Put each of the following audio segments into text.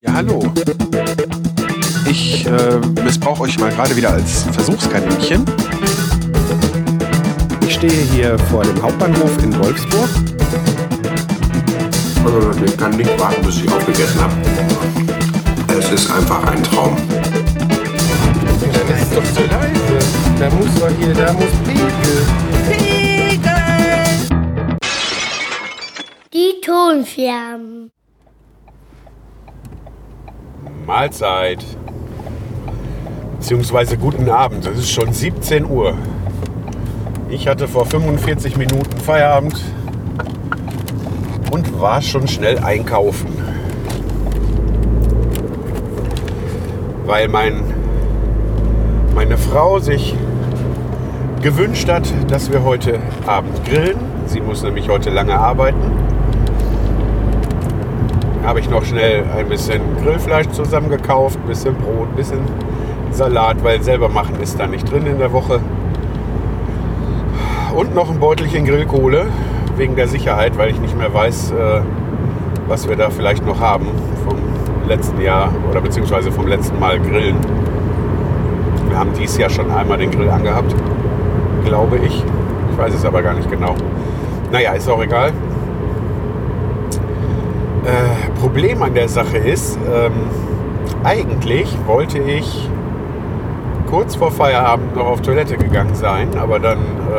Ja, hallo. Ich missbrauche euch mal gerade wieder als Versuchskaninchen. Ich stehe hier vor dem Hauptbahnhof in Wolfsburg. Also ich kann nicht warten, bis ich aufgegessen habe. Es ist einfach ein Traum. Das ist doch zu leise. Da muss Pegel. Die Tonscherben. Mahlzeit. Beziehungsweise guten Abend. Es ist schon 17 Uhr. Ich hatte vor 45 Minuten Feierabend und war schon schnell einkaufen. Weil meine Frau sich gewünscht hat, dass wir heute Abend grillen. Sie muss nämlich heute lange arbeiten. Habe ich noch schnell ein bisschen Grillfleisch zusammengekauft, ein bisschen Brot, ein bisschen Salat, weil selber machen ist da nicht drin in der Woche. Und noch ein Beutelchen Grillkohle, wegen der Sicherheit, weil ich nicht mehr weiß, was wir da vielleicht noch haben vom letzten Jahr oder beziehungsweise vom letzten Mal grillen. Wir haben dieses Jahr schon einmal den Grill angehabt, glaube ich. Ich weiß es aber gar nicht genau. Naja, ist auch egal. Problem an der Sache ist, eigentlich wollte ich kurz vor Feierabend noch auf Toilette gegangen sein, aber dann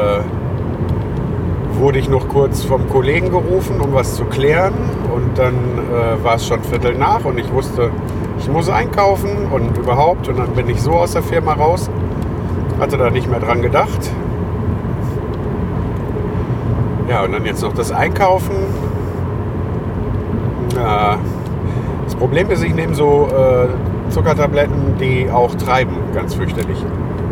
wurde ich noch kurz vom Kollegen gerufen, um was zu klären, und dann war es schon Viertel nach und ich wusste, ich muss einkaufen und überhaupt, und dann bin ich so aus der Firma raus, hatte da nicht mehr dran gedacht. Ja, und dann jetzt noch das Einkaufen. Das Problem ist, ich nehme so Zuckertabletten, die auch treiben, ganz fürchterlich.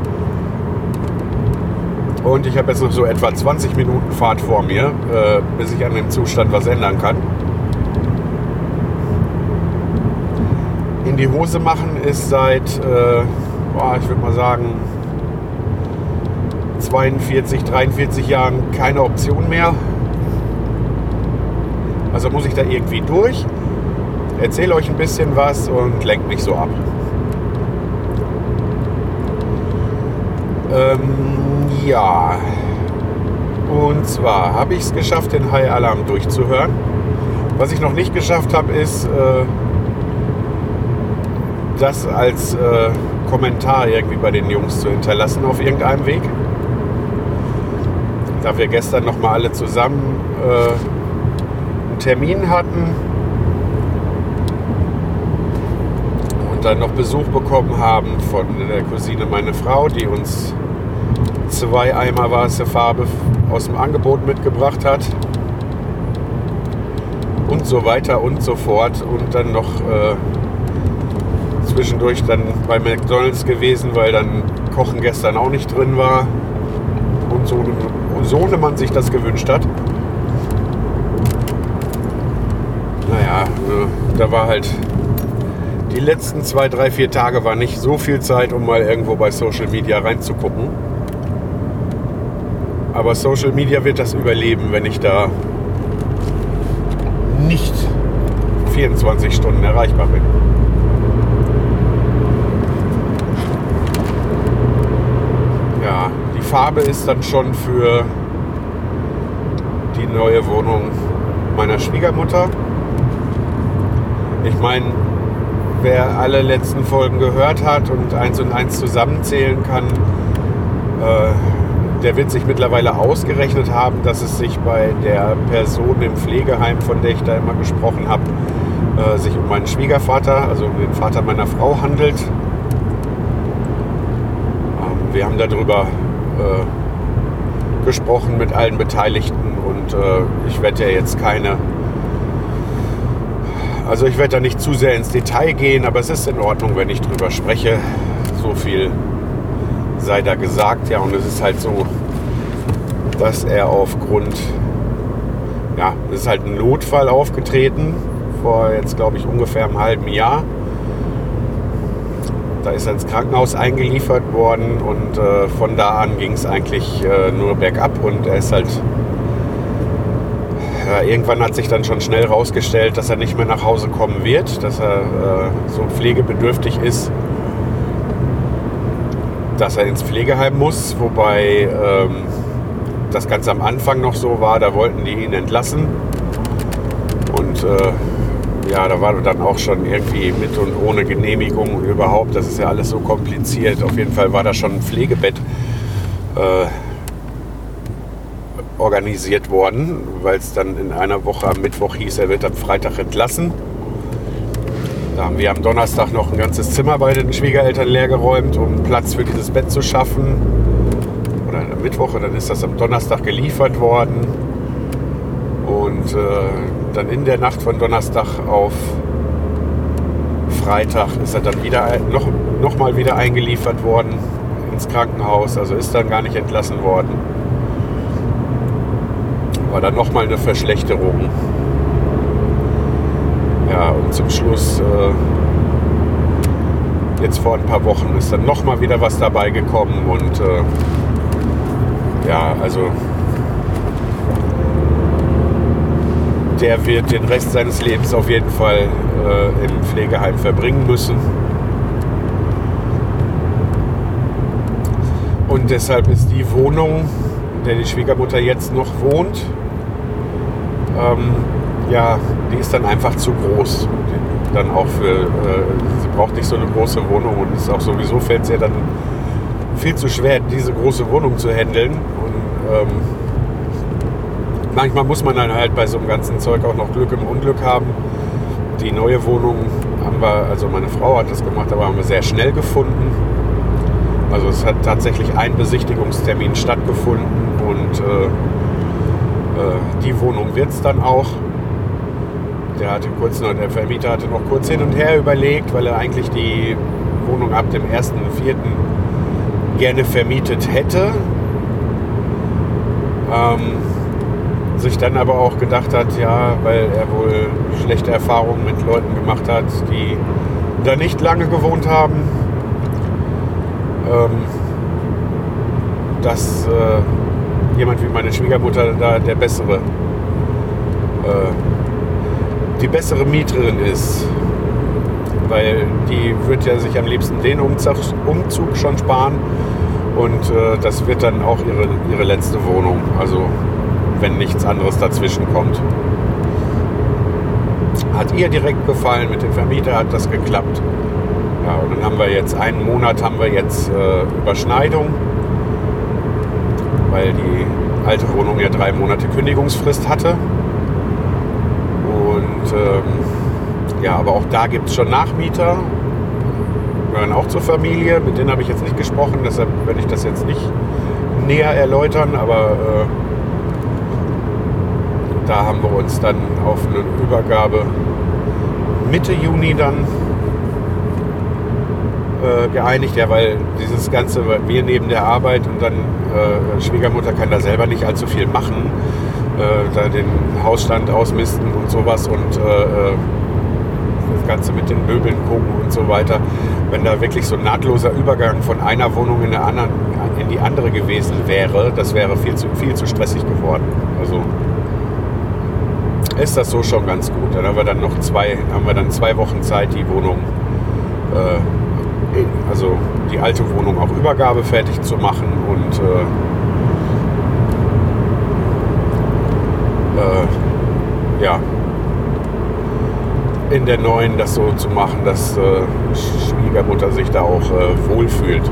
Und ich habe jetzt noch so etwa 20 Minuten Fahrt vor mir, bis ich an dem Zustand was ändern kann. In die Hose machen ist seit, ich würde mal sagen, 42, 43 Jahren keine Option mehr. Also muss ich da irgendwie durch, erzähle euch ein bisschen was und lenkt mich so ab. Ja, und zwar habe ich es geschafft, den High Alarm durchzuhören. Was ich noch nicht geschafft habe, ist das als Kommentar irgendwie bei den Jungs zu hinterlassen auf irgendeinem Weg. Da wir gestern noch mal alle zusammen einen Termin hatten und dann noch Besuch bekommen haben von der Cousine meiner Frau, die uns 2 Eimer weiße Farbe aus dem Angebot mitgebracht hat und so weiter und so fort, und dann noch zwischendurch dann bei McDonald's gewesen, weil dann Kochen gestern auch nicht drin war und so man sich das gewünscht hat. Naja, da war halt die letzten 2, 3, 4 Tage war nicht so viel Zeit, um mal irgendwo bei Social Media reinzugucken. Aber Social Media wird das überleben, wenn ich da nicht 24 Stunden erreichbar bin. Ja, die Farbe ist dann schon für die neue Wohnung meiner Schwiegermutter. Ich meine, wer alle letzten Folgen gehört hat und 1 und 1 zusammenzählen kann, der wird sich mittlerweile ausgerechnet haben, dass es sich bei der Person im Pflegeheim, von der ich da immer gesprochen habe, sich um meinen Schwiegervater, also um den Vater meiner Frau handelt. Wir haben darüber gesprochen mit allen Beteiligten, und ich werde ja jetzt ich werde da nicht zu sehr ins Detail gehen, aber es ist in Ordnung, wenn ich drüber spreche. So viel sei da gesagt. Ja, und es ist halt so, dass er es ist halt ein Notfall aufgetreten, vor jetzt glaube ich ungefähr einem halben Jahr. Da ist er ins Krankenhaus eingeliefert worden, und von da an ging es eigentlich nur bergab, und er ist halt Irgendwann hat sich dann schon schnell rausgestellt, dass er nicht mehr nach Hause kommen wird, dass er so pflegebedürftig ist, dass er ins Pflegeheim muss, wobei das ganz am Anfang noch so war, da wollten die ihn entlassen und da war dann auch schon irgendwie mit und ohne Genehmigung und überhaupt, das ist ja alles so kompliziert. Auf jeden Fall war da schon ein Pflegebett organisiert worden, weil es dann in einer Woche am Mittwoch hieß, er wird am Freitag entlassen. Da haben wir am Donnerstag noch ein ganzes Zimmer bei den Schwiegereltern leergeräumt, um Platz für dieses Bett zu schaffen. Oder am Mittwoch, und dann ist das am Donnerstag geliefert worden. Und dann in der Nacht von Donnerstag auf Freitag ist er dann wieder noch mal wieder eingeliefert worden ins Krankenhaus. Also ist dann gar nicht entlassen worden. War dann nochmal eine Verschlechterung. Ja, und zum Schluss, jetzt vor ein paar Wochen, ist dann nochmal wieder was dabei gekommen. Und also der wird den Rest seines Lebens auf jeden Fall im Pflegeheim verbringen müssen. Und deshalb ist die Wohnung, in der die Schwiegermutter jetzt noch wohnt, die ist dann einfach zu groß. Dann auch sie braucht nicht so eine große Wohnung und ist auch sowieso, fällt es ihr dann viel zu schwer, diese große Wohnung zu handeln. Und manchmal muss man dann halt bei so einem ganzen Zeug auch noch Glück im Unglück haben. Die neue Wohnung haben wir, also meine Frau hat das gemacht, aber haben wir sehr schnell gefunden. Also es hat tatsächlich ein Besichtigungstermin stattgefunden und die Wohnung wird es dann auch. Der Vermieter hatte noch kurz hin und her überlegt, weil er eigentlich die Wohnung ab dem 1.4. gerne vermietet hätte. Sich dann aber auch gedacht hat, weil er wohl schlechte Erfahrungen mit Leuten gemacht hat, die da nicht lange gewohnt haben, dass jemand wie meine Schwiegermutter da die bessere Mieterin ist, weil die wird ja sich am liebsten den Umzug schon sparen und das wird dann auch ihre letzte Wohnung, also wenn nichts anderes dazwischen kommt. Hat ihr direkt gefallen, mit dem Vermieter hat das geklappt. Ja, und dann haben wir jetzt einen Monat Überschneidung, weil die alte Wohnung ja 3 Monate Kündigungsfrist hatte. Und aber auch da gibt es schon Nachmieter, gehören auch zur Familie. Mit denen habe ich jetzt nicht gesprochen, deshalb werde ich das jetzt nicht näher erläutern, aber da haben wir uns dann auf eine Übergabe Mitte Juni dann geeinigt, weil dieses Ganze, wir neben der Arbeit und dann Schwiegermutter kann da selber nicht allzu viel machen, da den Hausstand ausmisten und sowas und das Ganze mit den Möbeln gucken und so weiter. Wenn da wirklich so ein nahtloser Übergang von einer Wohnung in die andere gewesen wäre, das wäre viel zu stressig geworden. Also ist das so schon ganz gut. Dann haben wir dann 2 Wochen Zeit, die Wohnung, also die alte Wohnung auch Übergabe fertig zu machen und in der neuen das so zu machen, dass Schwiegermutter sich da auch wohlfühlt.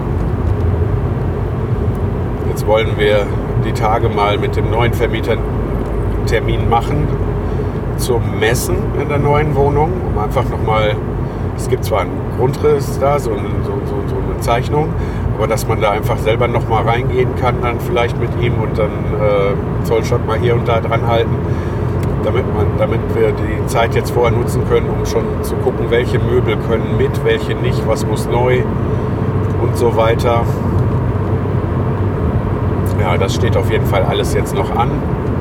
Jetzt wollen wir die Tage mal mit dem neuen Vermieter Termin machen zum Messen in der neuen Wohnung, um einfach nochmal, es gibt zwar einen Grundriss da, so eine Zeichnung, aber dass man da einfach selber nochmal reingehen kann dann vielleicht mit ihm und dann Zollstock mal hier und da dran halten, damit wir die Zeit jetzt vorher nutzen können, um schon zu gucken, welche Möbel können mit, welche nicht, was muss neu und so weiter. Ja, das steht auf jeden Fall alles jetzt noch an.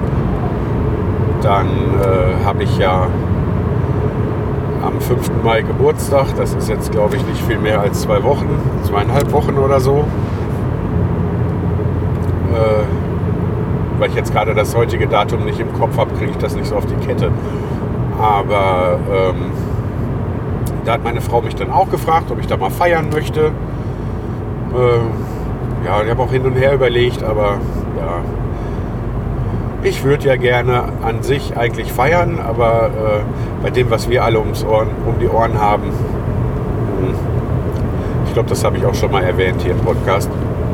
Dann habe ich ja am 5. Mai Geburtstag. Das ist jetzt, glaube ich, nicht viel mehr als 2 Wochen, 2,5 Wochen oder so. weil ich jetzt gerade das heutige Datum nicht im Kopf habe, kriege ich das nicht so auf die Kette. Aber da hat meine Frau mich dann auch gefragt, ob ich da mal feiern möchte. Ja, ich habe auch hin und her überlegt, aber ja, ich würde ja gerne an sich eigentlich feiern, aber bei dem, was wir alle um die Ohren haben, ich glaube, das habe ich auch schon mal erwähnt hier im Podcast,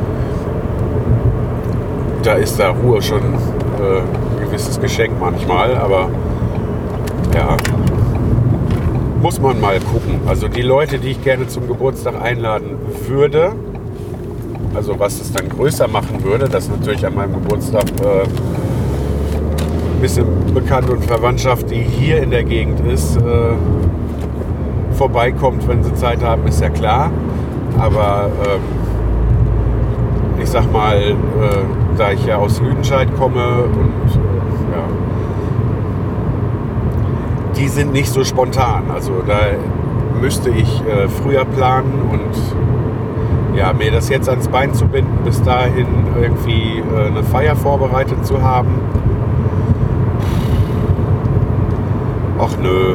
da ist da Ruhe schon ein gewisses Geschenk manchmal, aber ja, muss man mal gucken. Also die Leute, die ich gerne zum Geburtstag einladen würde, also was es dann größer machen würde, dass natürlich an meinem Geburtstag ein bisschen Bekannte und Verwandtschaft, die hier in der Gegend ist, vorbeikommt, wenn sie Zeit haben, ist ja klar. Aber ich sag mal, da ich ja aus Lüdenscheid komme und ja, die sind nicht so spontan. Also da müsste ich früher planen und ja, mir das jetzt ans Bein zu binden, bis dahin irgendwie eine Feier vorbereitet zu haben. Ach nö.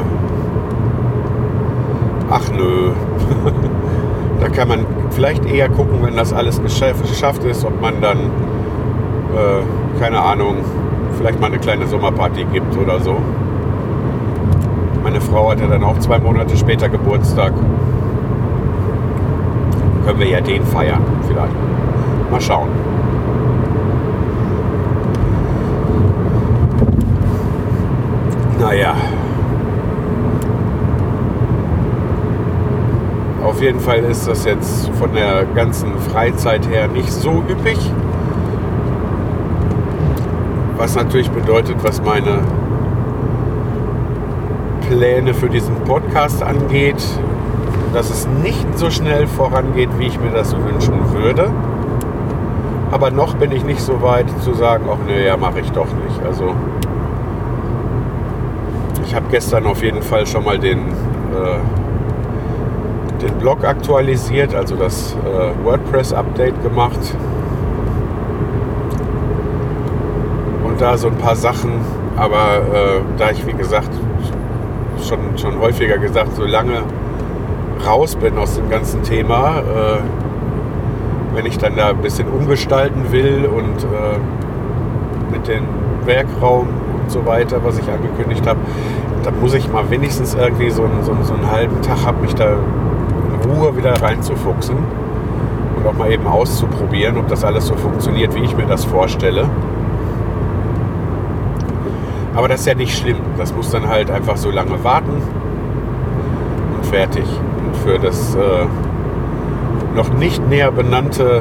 Da kann man vielleicht eher gucken, wenn das alles geschafft ist, ob man dann, keine Ahnung, vielleicht mal eine kleine Sommerparty gibt oder so. Meine Frau hat ja dann auch 2 Monate später Geburtstag. Können wir ja den feiern, vielleicht. Mal schauen. Naja. Auf jeden Fall ist das jetzt von der ganzen Freizeit her nicht so üppig. Was natürlich bedeutet, was meine Pläne für diesen Podcast angeht, dass es nicht so schnell vorangeht, wie ich mir das wünschen würde. Aber noch bin ich nicht so weit zu sagen, ach ne, ja, mache ich doch nicht. Also ich habe gestern auf jeden Fall schon mal den Blog aktualisiert, also das WordPress-Update gemacht. Und da so ein paar Sachen, aber da ich, wie gesagt, schon häufiger gesagt, so lange raus bin aus dem ganzen Thema, wenn ich dann da ein bisschen umgestalten will und mit dem Werkraum und so weiter, was ich angekündigt habe, dann muss ich mal wenigstens irgendwie so einen halben Tag haben, mich da in Ruhe wieder reinzufuchsen und auch mal eben auszuprobieren, ob das alles so funktioniert, wie ich mir das vorstelle. Aber das ist ja nicht schlimm. Das muss dann halt einfach so lange warten und fertig. Und für das noch nicht näher benannte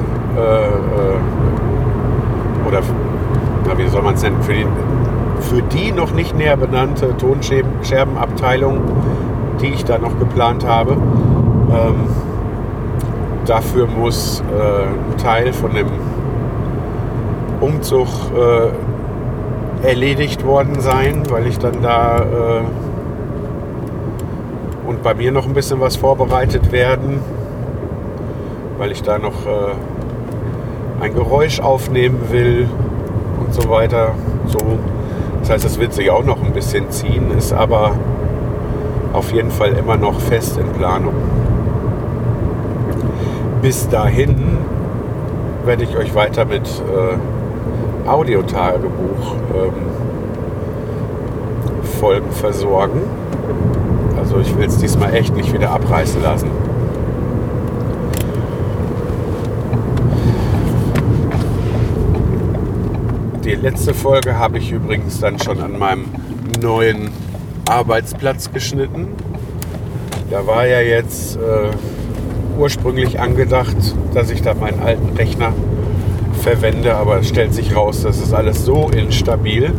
oder wie soll man es nennen, für die noch nicht näher benannte Tonscherbenabteilung, die ich da noch geplant habe, dafür muss ein Teil von dem Umzug erledigt worden sein, weil ich dann da und bei mir noch ein bisschen was vorbereitet werden, weil ich da noch ein Geräusch aufnehmen will und so weiter. So. Das heißt, das wird sich auch noch ein bisschen ziehen, ist aber auf jeden Fall immer noch fest in Planung. Bis dahin werde ich euch weiter mit Audiotagebuch Folgen versorgen. Also ich will es diesmal echt nicht wieder abreißen lassen. Die letzte Folge habe ich übrigens dann schon an meinem neuen Arbeitsplatz geschnitten. Da war ja jetzt ursprünglich angedacht, dass ich da meinen alten Rechner verwende, aber es stellt sich raus, das ist alles so instabil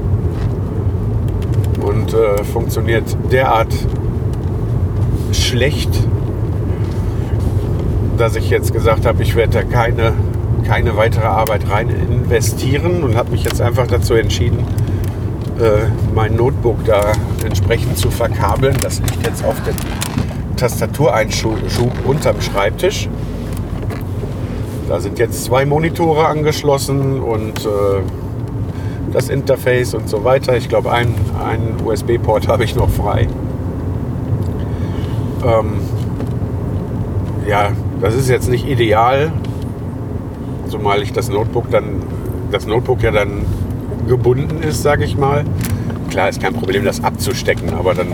und funktioniert derart schlecht, dass ich jetzt gesagt habe, ich werde da keine weitere Arbeit rein investieren und habe mich jetzt einfach dazu entschieden, mein Notebook da entsprechend zu verkabeln. Das liegt jetzt auf dem Tastatureinschub unterm Schreibtisch. Da sind jetzt 2 Monitore angeschlossen und das Interface und so weiter. Ich glaube, einen USB-Port habe ich noch frei. Ja, das ist jetzt nicht ideal, zumal ich das Notebook ja dann gebunden ist, sage ich mal. Klar, ist kein Problem, das abzustecken, aber dann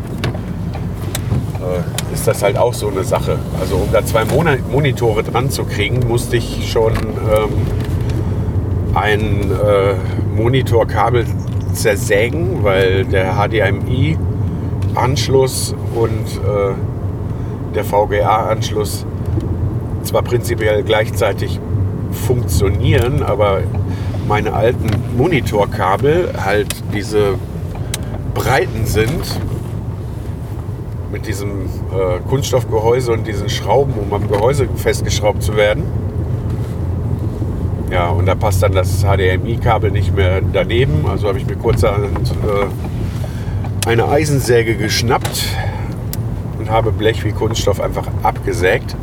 ist das halt auch so eine Sache. Also um da 2 Monitore dran zu kriegen, musste ich schon ein Monitorkabel zersägen, weil der HDMI-Anschluss und der VGA-Anschluss zwar prinzipiell gleichzeitig funktionieren, aber meine alten Monitorkabel halt diese breiten sind mit diesem Kunststoffgehäuse und diesen Schrauben, um am Gehäuse festgeschraubt zu werden. Ja, und da passt dann das HDMI-Kabel nicht mehr daneben. Also habe ich mir kurzerhand eine Eisensäge geschnappt und habe Blech wie Kunststoff einfach abgesägt,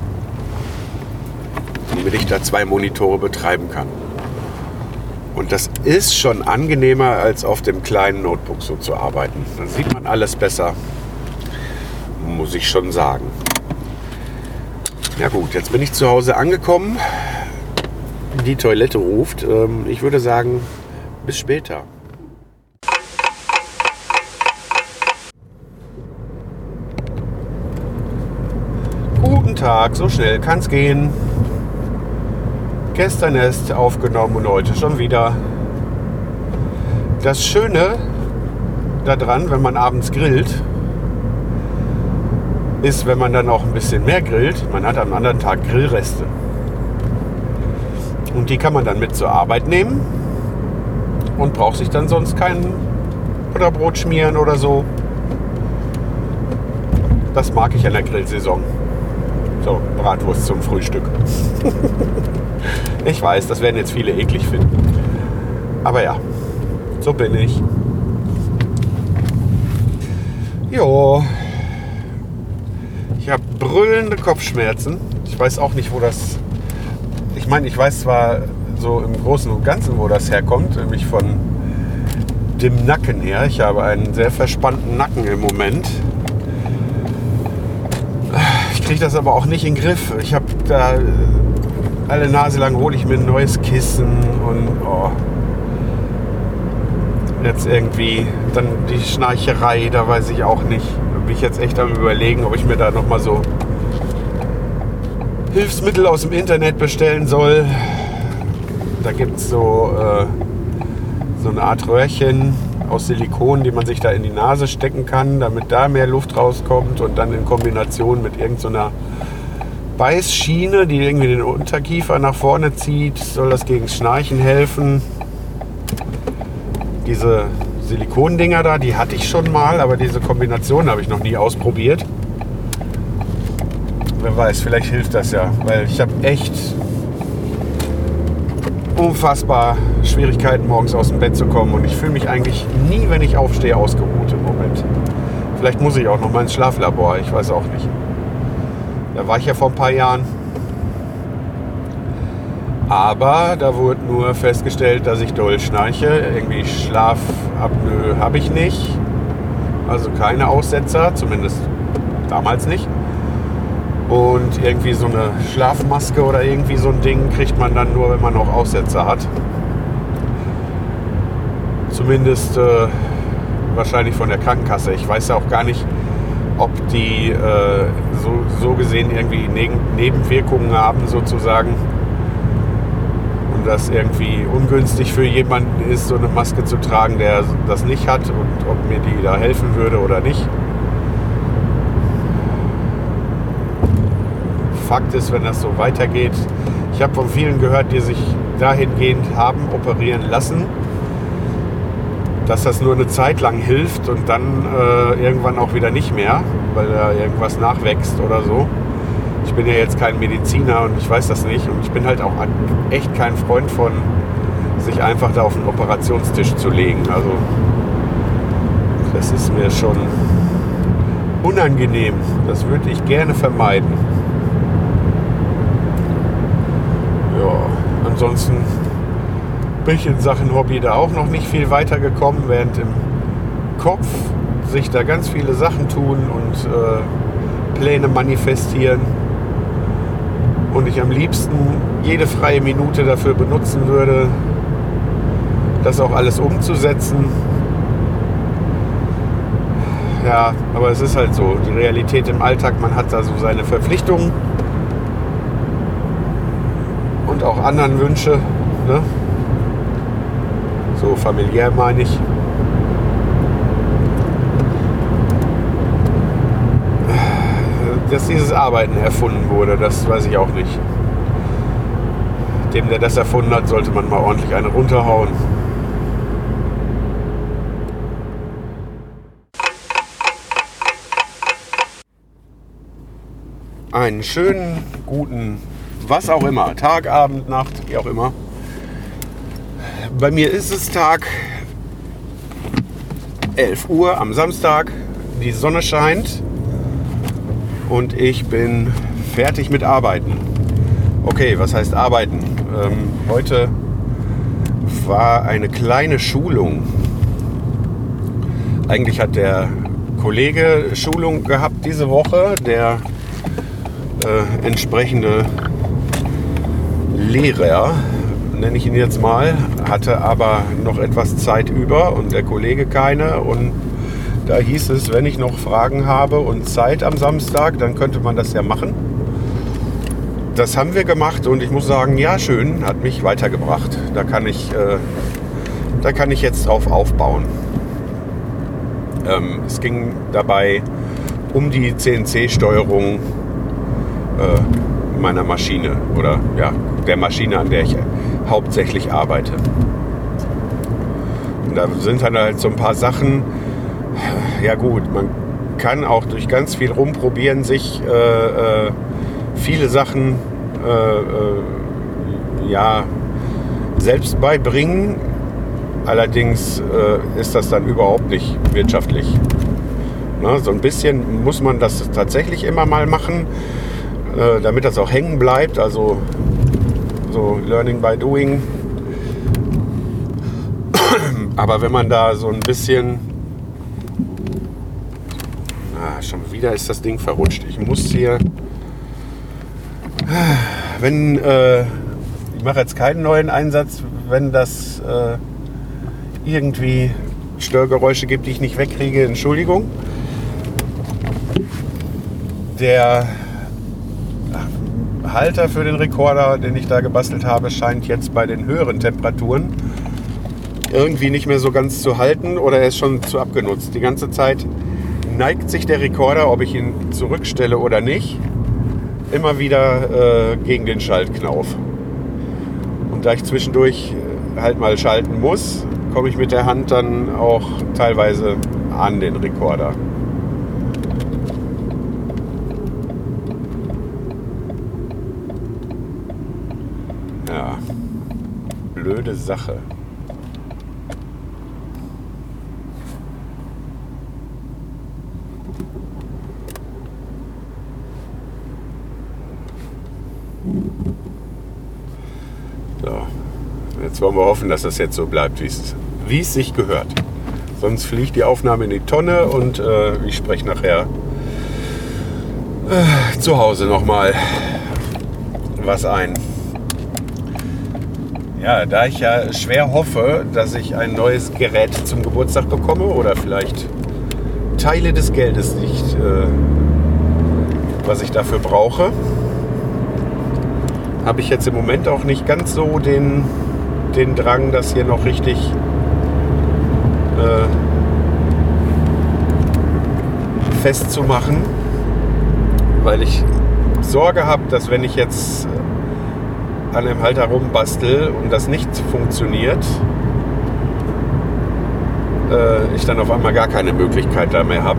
damit ich da 2 Monitore betreiben kann. Und das ist schon angenehmer, als auf dem kleinen Notebook so zu arbeiten. Dann sieht man alles besser, muss ich schon sagen. Ja gut, jetzt bin ich zu Hause angekommen. Die Toilette ruft. Ich würde sagen, bis später. Guten Tag, so schnell kann's gehen. Gestern erst aufgenommen und heute schon wieder. Das Schöne daran, wenn man abends grillt, ist, wenn man dann auch ein bisschen mehr grillt, man hat am anderen Tag Grillreste. Und die kann man dann mit zur Arbeit nehmen und braucht sich dann sonst kein Butterbrot schmieren oder so. Das mag ich an der Grillsaison. So, Bratwurst zum Frühstück. Ich weiß, das werden jetzt viele eklig finden. Aber ja, so bin ich. Jo. Ich habe brüllende Kopfschmerzen. Ich weiß auch nicht, wo das... Ich meine, ich weiß zwar so im Großen und Ganzen, wo das herkommt, nämlich von dem Nacken her. Ich habe einen sehr verspannten Nacken im Moment. Ich kriege das aber auch nicht in den Griff. Ich habe da... Alle Nase lang hole ich mir ein neues Kissen und jetzt irgendwie dann die Schnarcherei, da weiß ich auch nicht. Da bin ich jetzt echt am Überlegen, ob ich mir da nochmal so Hilfsmittel aus dem Internet bestellen soll. Da gibt es so eine Art Röhrchen aus Silikon, die man sich da in die Nase stecken kann, damit da mehr Luft rauskommt und dann in Kombination mit irgendeiner Beißschiene, die irgendwie den Unterkiefer nach vorne zieht, soll das gegen Schnarchen helfen. Diese Silikondinger da, die hatte ich schon mal, aber diese Kombination habe ich noch nie ausprobiert. Wer weiß, vielleicht hilft das ja, weil ich habe echt unfassbar Schwierigkeiten, morgens aus dem Bett zu kommen und ich fühle mich eigentlich nie, wenn ich aufstehe, ausgeruht im Moment. Vielleicht muss ich auch noch mal ins Schlaflabor, ich weiß auch nicht. Da war ich ja vor ein paar Jahren. Aber da wurde nur festgestellt, dass ich doll schnarche. Irgendwie Schlafapnoe habe ich nicht. Also keine Aussetzer, zumindest damals nicht. Und irgendwie so eine Schlafmaske oder irgendwie so ein Ding kriegt man dann nur, wenn man noch Aussetzer hat. Zumindest wahrscheinlich von der Krankenkasse. Ich weiß ja auch gar nicht, ob die so gesehen irgendwie Nebenwirkungen haben sozusagen und das irgendwie ungünstig für jemanden ist, so eine Maske zu tragen, der das nicht hat und ob mir die da helfen würde oder nicht. Fakt ist, wenn das so weitergeht, ich habe von vielen gehört, die sich dahingehend haben operieren lassen, dass das nur eine Zeit lang hilft und dann irgendwann auch wieder nicht mehr, weil da irgendwas nachwächst oder so. Ich bin ja jetzt kein Mediziner und ich weiß das nicht. Und ich bin halt auch echt kein Freund von, sich einfach da auf den Operationstisch zu legen. Also das ist mir schon unangenehm. Das würde ich gerne vermeiden. Ja, ansonsten bin ich in Sachen Hobby da auch noch nicht viel weitergekommen, während im Kopf sich da ganz viele Sachen tun und Pläne manifestieren und ich am liebsten jede freie Minute dafür benutzen würde, das auch alles umzusetzen. Ja, aber es ist halt so, die Realität im Alltag, man hat da so seine Verpflichtungen und auch anderen Wünsche, ne? So familiär meine ich. Dass dieses Arbeiten erfunden wurde, das weiß ich auch nicht. Dem, der das erfunden hat, sollte man mal ordentlich eine runterhauen. Einen schönen, guten, was auch immer, Tag, Abend, Nacht, wie auch immer. Bei mir ist es Tag 11 Uhr am Samstag, die Sonne scheint und ich bin fertig mit Arbeiten. Okay, was heißt Arbeiten? Heute war eine kleine Schulung. Eigentlich hat der Kollege Schulung gehabt diese Woche, der entsprechende Lehrer, nenne ich ihn jetzt mal, hatte aber noch etwas Zeit über und der Kollege keine. Und da hieß es, wenn ich noch Fragen habe und Zeit am Samstag, dann könnte man das ja machen. Das haben wir gemacht und ich muss sagen, ja schön, hat mich weitergebracht. Da kann ich jetzt drauf aufbauen. Es ging dabei um die CNC-Steuerung meiner Maschine oder ja, der Maschine, an der ich hauptsächlich arbeite. Und da sind dann halt so ein paar Sachen, ja gut, man kann auch durch ganz viel rumprobieren sich viele Sachen ja, selbst beibringen. Allerdings ist das dann überhaupt nicht wirtschaftlich. Ne, so ein bisschen muss man das tatsächlich immer mal machen, damit das auch hängen bleibt. Also so Learning by Doing. Aber wenn man da so ein bisschen... schon wieder ist das Ding verrutscht. Ich muss hier... ich mache jetzt keinen neuen Einsatz, wenn das irgendwie Störgeräusche gibt, die ich nicht wegkriege. Entschuldigung. Der Halter für den Rekorder, den ich da gebastelt habe, scheint jetzt bei den höheren Temperaturen irgendwie nicht mehr so ganz zu halten oder er ist schon zu abgenutzt. Die ganze Zeit neigt sich der Rekorder, ob ich ihn zurückstelle oder nicht, immer wieder gegen den Schaltknauf. Und da ich zwischendurch halt mal schalten muss, komme ich mit der Hand dann auch teilweise an den Rekorder. Ja, blöde Sache. So, jetzt wollen wir hoffen, dass das jetzt so bleibt, wie es sich gehört. Sonst fliegt die Aufnahme in die Tonne und ich spreche nachher zu Hause nochmal was ein. Ja, da ich ja schwer hoffe, dass ich ein neues Gerät zum Geburtstag bekomme oder vielleicht Teile des Geldes nicht, was ich dafür brauche, habe ich jetzt im Moment auch nicht ganz so den Drang, das hier noch richtig festzumachen, weil ich Sorge habe, dass wenn ich jetzt an dem Halter rumbastel und das nicht funktioniert, ich dann auf einmal gar keine Möglichkeit da mehr habe.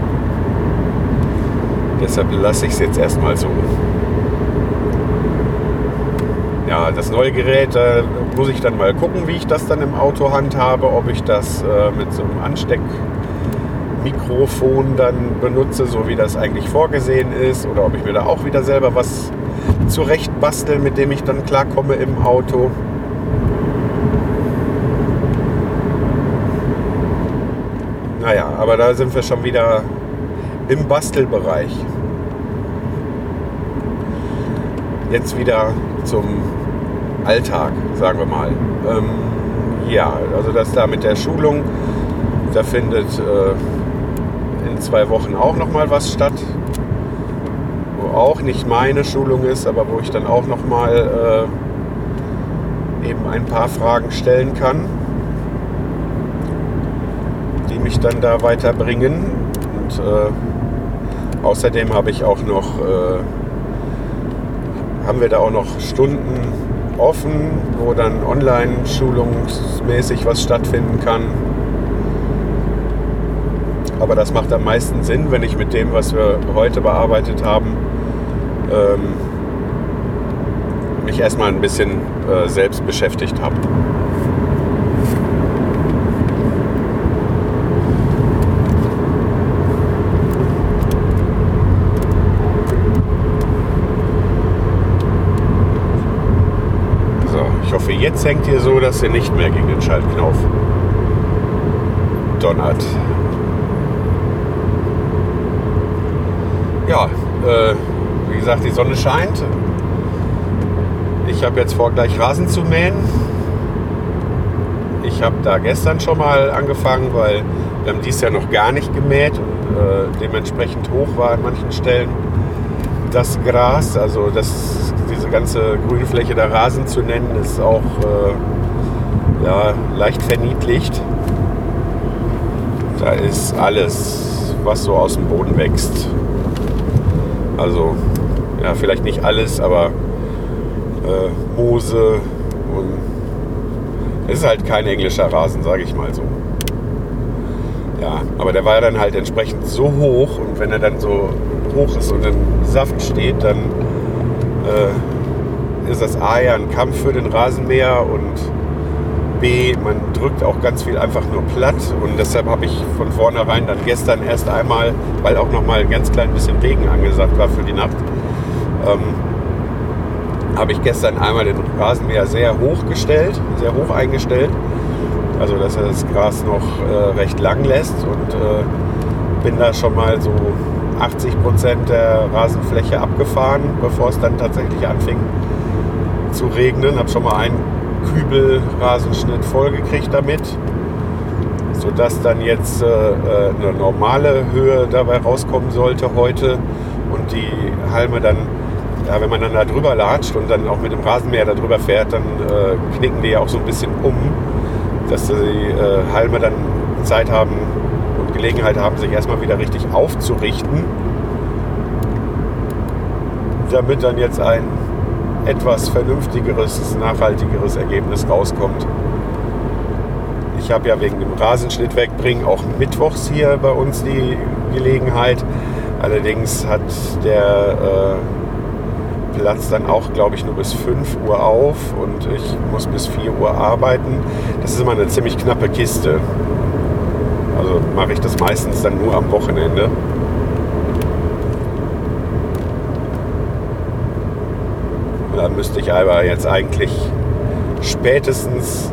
Deshalb lasse ich es jetzt erstmal so. Ja, das neue Gerät, da muss ich dann mal gucken, wie ich das dann im Auto handhabe, ob ich das mit so einem Ansteckmikrofon dann benutze, so wie das eigentlich vorgesehen ist, oder ob ich mir da auch wieder selber was zurecht bastel, mit dem ich dann klarkomme im Auto. Naja, aber da sind wir schon wieder im Bastelbereich. Jetzt wieder zum Alltag, sagen wir mal. Ja, also das da mit der Schulung, da findet in 2 Wochen auch nochmal was statt. Wo auch nicht meine Schulung ist, aber wo ich dann auch nochmal eben ein paar Fragen stellen kann, die mich dann da weiterbringen. Und außerdem haben wir da auch noch Stunden offen, wo dann online schulungsmäßig was stattfinden kann. Aber das macht am meisten Sinn, wenn ich mit dem, was wir heute bearbeitet haben, mich erstmal ein bisschen selbst beschäftigt habe. Ich hoffe, jetzt hängt ihr so, dass ihr nicht mehr gegen den Schaltknauf donnert. Ja, wie gesagt, die Sonne scheint. Ich habe jetzt vor, gleich Rasen zu mähen. Ich habe da gestern schon mal angefangen, weil wir haben dies Jahr noch gar nicht gemäht und dementsprechend hoch war an manchen Stellen das Gras. Also diese ganze grüne Fläche da Rasen zu nennen, ist auch leicht verniedlicht. Da ist alles, was so aus dem Boden wächst. Also, ja, vielleicht nicht alles, aber Moose und es ist halt kein englischer Rasen, sage ich mal so. Ja, aber der war dann halt entsprechend so hoch und wenn er dann so hoch ist und im Saft steht, dann ist das A ja ein Kampf für den Rasenmäher und B, man drückt auch ganz viel einfach nur platt und deshalb habe ich von vornherein dann gestern erst einmal, weil auch nochmal ein ganz klein bisschen Regen angesagt war für die Nacht, habe ich gestern einmal den Rasenmäher sehr hoch eingestellt, also dass er das Gras noch recht lang lässt und bin da schon mal so 80% der Rasenfläche abgefahren, bevor es dann tatsächlich anfing zu regnen. Habe schon mal einen Kübel Rasenschnitt vollgekriegt damit, sodass dann jetzt eine normale Höhe dabei rauskommen sollte heute und die Halme dann, ja, wenn man dann da drüber latscht und dann auch mit dem Rasenmäher da drüber fährt, dann knicken die ja auch so ein bisschen dass die Halme dann Zeit haben und Gelegenheit haben, sich erstmal wieder richtig aufzurichten, damit dann jetzt ein etwas vernünftigeres, nachhaltigeres Ergebnis rauskommt. Ich habe ja wegen dem Rasenschnitt wegbringen auch mittwochs hier bei uns die Gelegenheit. Allerdings hat der Platz dann auch, glaube ich, nur bis 5 Uhr auf und ich muss bis 4 Uhr arbeiten. Das ist immer eine ziemlich knappe Kiste. Also mache ich das meistens dann nur am Wochenende. Da müsste ich aber jetzt eigentlich spätestens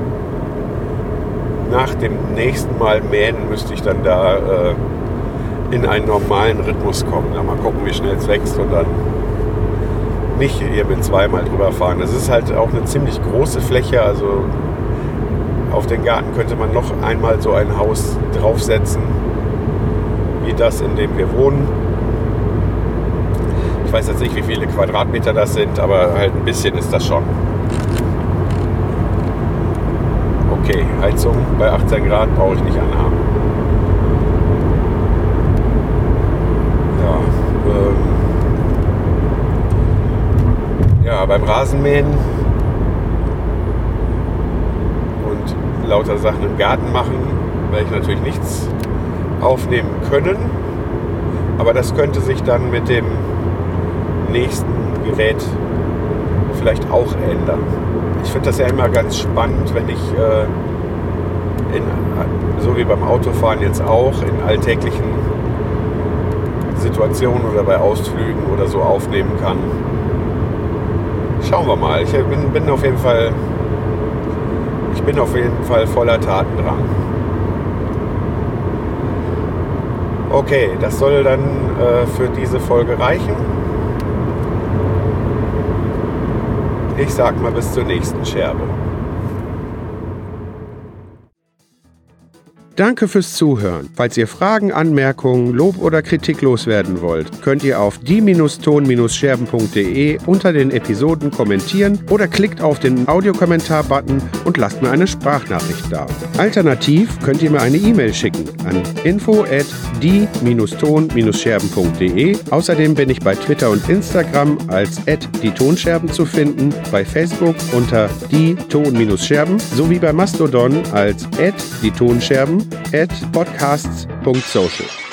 nach dem nächsten Mal mähen, müsste ich dann da in einen normalen Rhythmus kommen. Ja, mal gucken, wie schnell es wächst und dann nicht hier mit 2-mal drüber fahren. Das ist halt auch eine ziemlich große Fläche, also auf den Garten könnte man noch einmal so ein Haus draufsetzen, wie das, in dem wir wohnen. Ich weiß jetzt nicht, wie viele Quadratmeter das sind, aber halt ein bisschen ist das schon. Okay, Heizung bei 18 Grad brauche ich nicht anhaben. Ja, beim Rasenmähen und lauter Sachen im Garten machen, werde ich natürlich nichts aufnehmen können. Aber das könnte sich dann mit dem nächsten Gerät vielleicht auch ändern. Ich finde das ja immer ganz spannend, wenn ich so wie beim Autofahren jetzt auch, in alltäglichen Situationen oder bei Ausflügen oder so aufnehmen kann. Schauen wir mal. Ich bin auf jeden Fall voller Tatendrang. Okay, das soll dann für diese Folge reichen. Ich sag mal bis zur nächsten Scherbe. Danke fürs Zuhören. Falls ihr Fragen, Anmerkungen, Lob oder Kritik loswerden wollt, könnt ihr auf die-ton-scherben.de unter den Episoden kommentieren oder klickt auf den Audiokommentar-Button und lasst mir eine Sprachnachricht da. Alternativ könnt ihr mir eine E-Mail schicken an info@die-ton-scherben.de. Außerdem bin ich bei Twitter und Instagram als @die-tonscherben zu finden, bei Facebook unter die-ton-scherben sowie bei Mastodon als @die-tonscherben @podcasts.social.